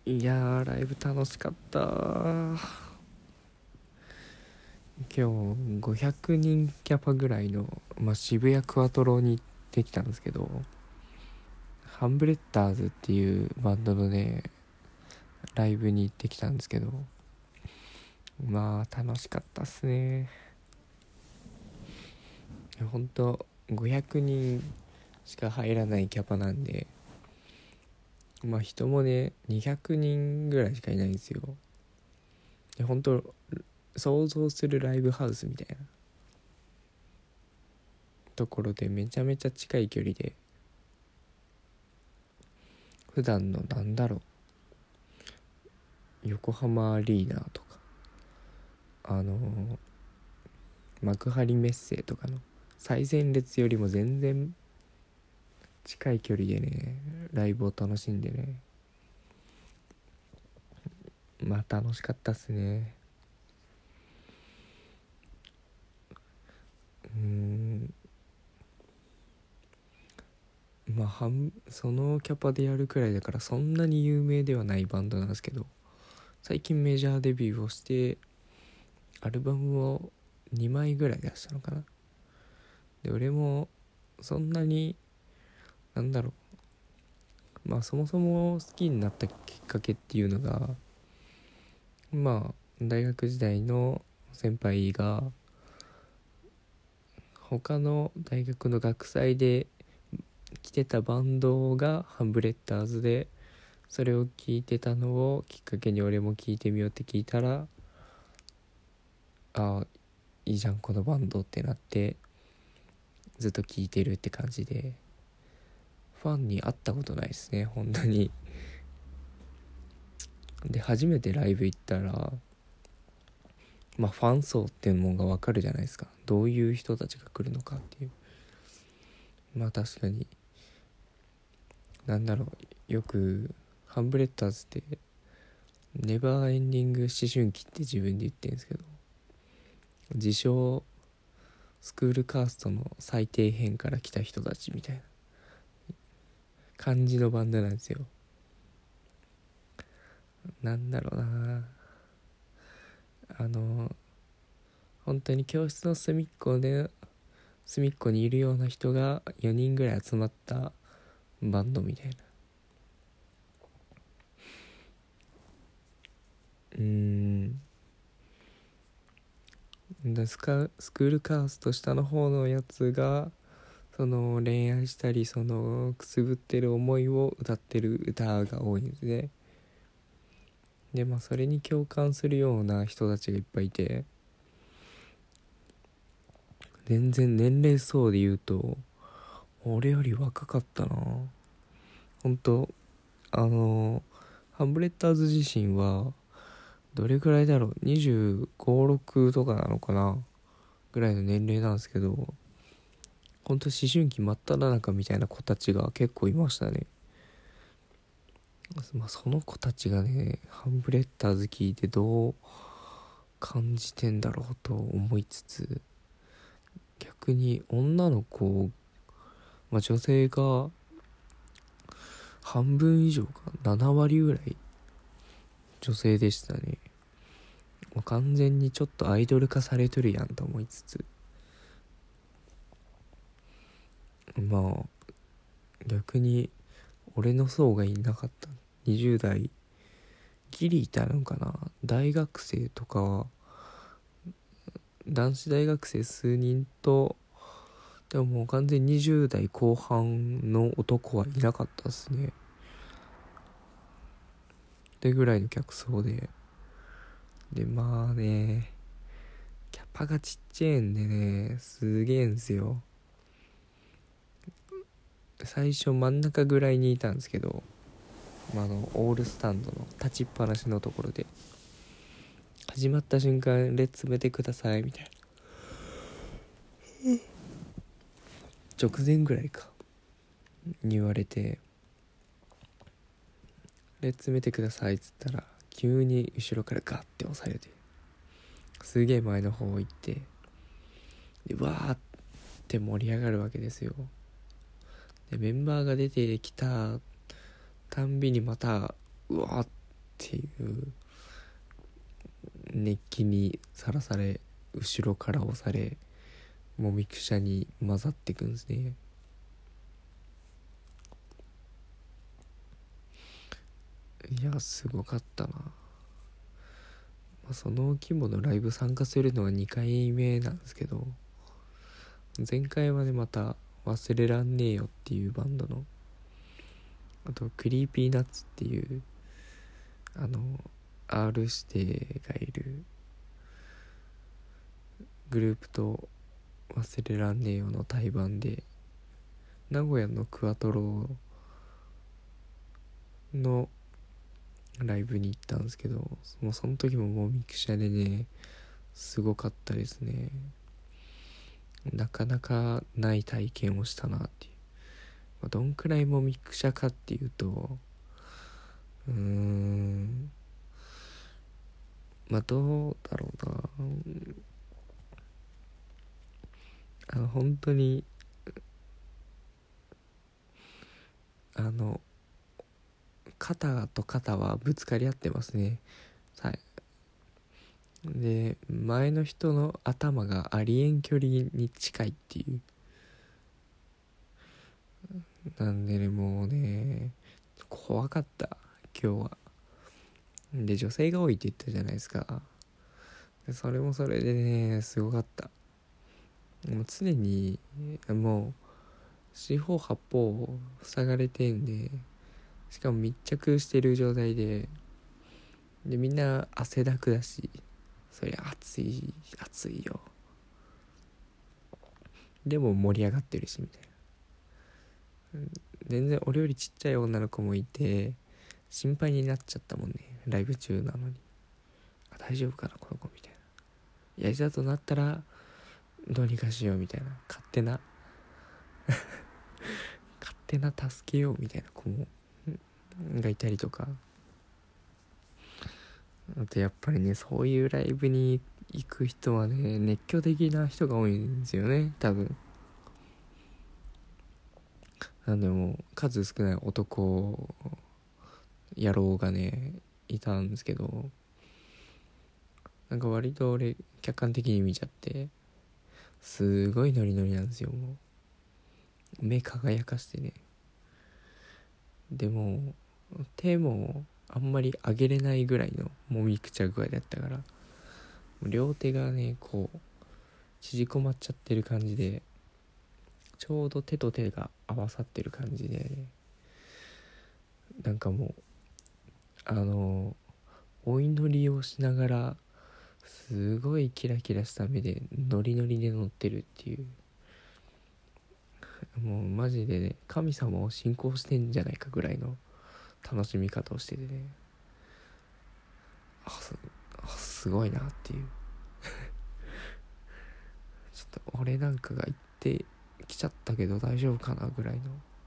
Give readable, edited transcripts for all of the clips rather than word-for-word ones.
いやー、ライブ楽しかった。今日500人キャパぐらいの、渋谷クワトロに行ってきたんですけど、ハンブレッダーズっていうバンドのねライブに行ってきたんですけど、楽しかったっすね。ほんと500人しか入らないキャパなんで、人もね200人ぐらいしかいないんですよ。でほんと想像するライブハウスみたいなところで、めちゃめちゃ近い距離で、普段の横浜アリーナとか幕張メッセとかの最前列よりも全然近い距離でねライブを楽しんでね、楽しかったっすね。そのキャパでやるくらいだからそんなに有名ではないバンドなんですけど、最近メジャーデビューをしてアルバムを2枚ぐらい出したのかな。で俺もそんなにそもそも好きになったきっかけっていうのが、大学時代の先輩が他の大学の学祭で来てたバンドがハンブレッダーズで、それを聞いてたのをきっかけに俺も聞いてみようって聞いたら、いいじゃんこのバンドってなって、ずっと聞いてるって感じで、ファンに会ったことないですね本当に。で初めてライブ行ったら、ファン層っていうもんが分かるじゃないですか、どういう人たちが来るのかっていう。確かによくハンブレッダーズってネバーエンディング思春期って自分で言ってるんですけど、自称スクールカーストの最底辺から来た人たちみたいな感じのバンドなんですよ。本当に教室の隅っこにいるような人が4人ぐらい集まったバンドみたいな。スクールカースト下の方のやつがその恋愛したり、そのくすぶってる思いを歌ってる歌が多いんですね。でそれに共感するような人たちがいっぱいいて、全然年齢層で言うと俺より若かったな。本当ハンブレッダーズ自身はどれくらいだろう、25、6とかなのかなぐらいの年齢なんですけど、本当思春期真っ只中みたいな子たちが結構いましたね。その子たちがねハンブレッダーズ聞いてどう感じてんだろうと思いつつ、逆に女の子、女性が半分以上か7割ぐらい女性でしたね。完全にちょっとアイドル化されてるやんと思いつつ、逆に俺の層がいなかった。20代ギリいたのかな。大学生とかは男子大学生数人と、でももう完全に20代後半の男はいなかったですね。ってぐらいの客層で、キャパがちっちゃいんでね、すげえんすよ。最初真ん中ぐらいにいたんですけど、オールスタンドの立ちっぱなしのところで、始まった瞬間列詰めてくださいみたいな直前ぐらいかに言われて、列詰めてくださいっつったら急に後ろからガッて押されて、すげえ前の方行って、でわーって盛り上がるわけですよ。でメンバーが出てきたたんびにまたうわーっっていう熱気にさらされ、後ろから押され、もみくちゃに混ざっていくんですね。いやすごかったな。その規模のライブ参加するのは2回目なんですけど、前回はねまた忘れらんねえよっていうバンドの、あとクリーピーナッツっていうR 指定がいるグループと忘れらんねえよの対バンで、名古屋のクワトロのライブに行ったんですけど、もうその時ももうミクシャでねすごかったですね。なかなかない体験をしたなっていう、どんくらいもミクシャかっていうと、どうだろうな、本当に肩と肩はぶつかり合ってますね。はい。で前の人の頭がありえん距離に近いっていう、なんでねもうね怖かった今日は。で女性が多いって言ったじゃないですか。でそれもそれでねすごかった。もう常にもう四方八方塞がれてんで、しかも密着してる状態でみんな汗だくだし、そりゃ暑いよ。でも盛り上がってるしみたいな、全然俺よりちっちゃい女の子もいて心配になっちゃったもんね、ライブ中なのに。大丈夫かなこの子みたいな。いやいざとなったらどうにかしようみたいな、勝手な助けようみたいな子もがいたりとか。あとやっぱりねそういうライブに行く人はね熱狂的な人が多いんですよね多分。なんでも数少ない男野郎がねいたんですけど、なんか割と俺客観的に見ちゃってすごいノリノリなんですよ。もう目輝かしてね、でも手もあんまり上げれないぐらいのもみくちゃ具合だったから、両手がねこう縮こまっちゃってる感じで、ちょうど手と手が合わさってる感じで、ね、なんかもうお祈りをしながらすごいキラキラした目でノリノリで乗ってるっていう、もうマジでね神様を信仰してんじゃないかぐらいの楽しみ方をしててね、すごいなっていうちょっと俺なんかが行ってきちゃったけど大丈夫かなぐらいの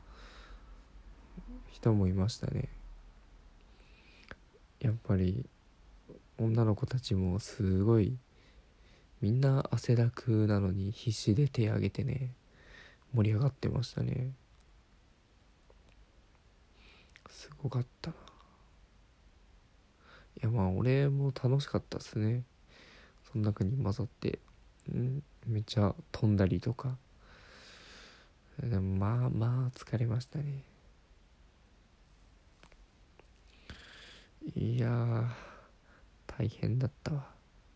人もいましたね。やっぱり女の子たちもすごいみんな汗だくなのに必死で手挙げてね盛り上がってましたね。すごかったな。いや俺も楽しかったっすね、その中に混ざって。めっちゃ飛んだりとか。でも疲れましたね。いやー大変だったわ。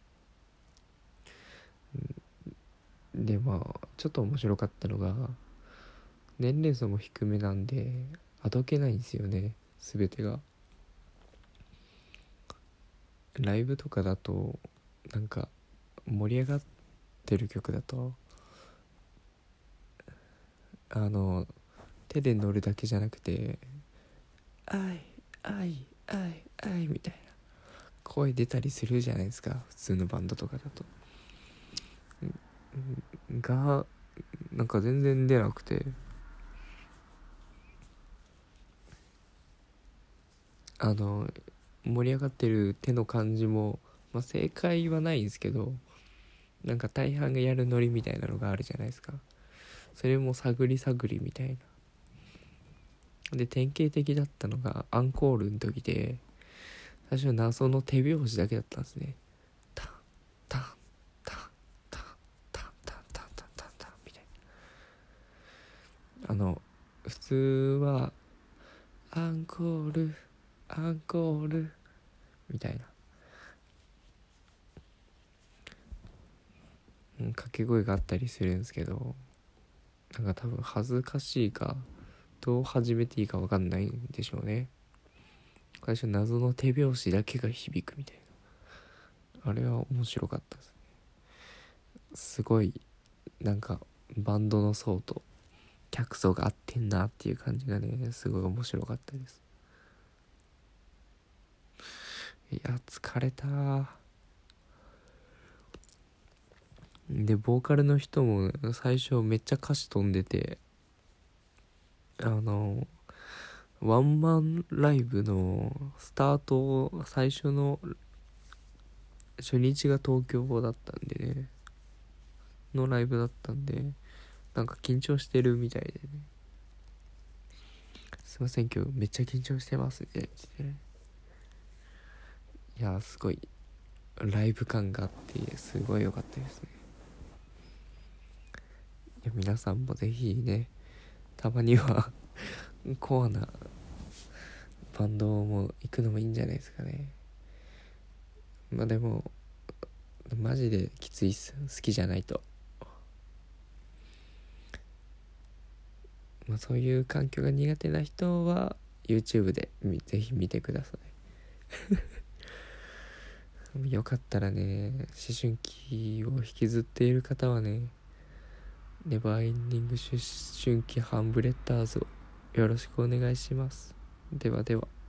でちょっと面白かったのが年齢層も低めなんであどけないんですよね全てが。ライブとかだとなんか盛り上がってる曲だと手で乗るだけじゃなくて愛みたいな声出たりするじゃないですか普通のバンドとかだと。がなんか全然出なくて、盛り上がってる手の感じも、正解はないんですけど、なんか大半がやるノリみたいなのがあるじゃないですか。それも探り探りみたいな。で典型的だったのがアンコールの時で、 最初謎の手拍子だけだったんですね。タンタンタンタンタンタンタンタンタンタンみたいな。普通はアンコールアンコールみたいな、掛け声があったりするんですけど、なんか多分恥ずかしいかどう始めていいか分かんないんでしょうね。最初謎の手拍子だけが響くみたいな、あれは面白かったですね。すごいなんかバンドの層と客層が合ってんなっていう感じがね、すごい面白かったです。いや疲れた。でボーカルの人も最初めっちゃ歌詞飛んでて、ワンマンライブのスタート最初の初日が東京だったんでね、のライブだったんで、なんか緊張してるみたいでね、すいません今日めっちゃ緊張してますみたいな、ね、いやすごいライブ感があってすごい良かったですね。いや皆さんもぜひね、たまにはコアなバンドも行くのもいいんじゃないですかね。まあでもマジできついっす、好きじゃないと。まあそういう環境が苦手な人は YouTube でぜひ見てください。よかったらね、思春期を引きずっている方はね、ネバーエンディング思春期ハンブレッダーズをよろしくお願いします。ではでは。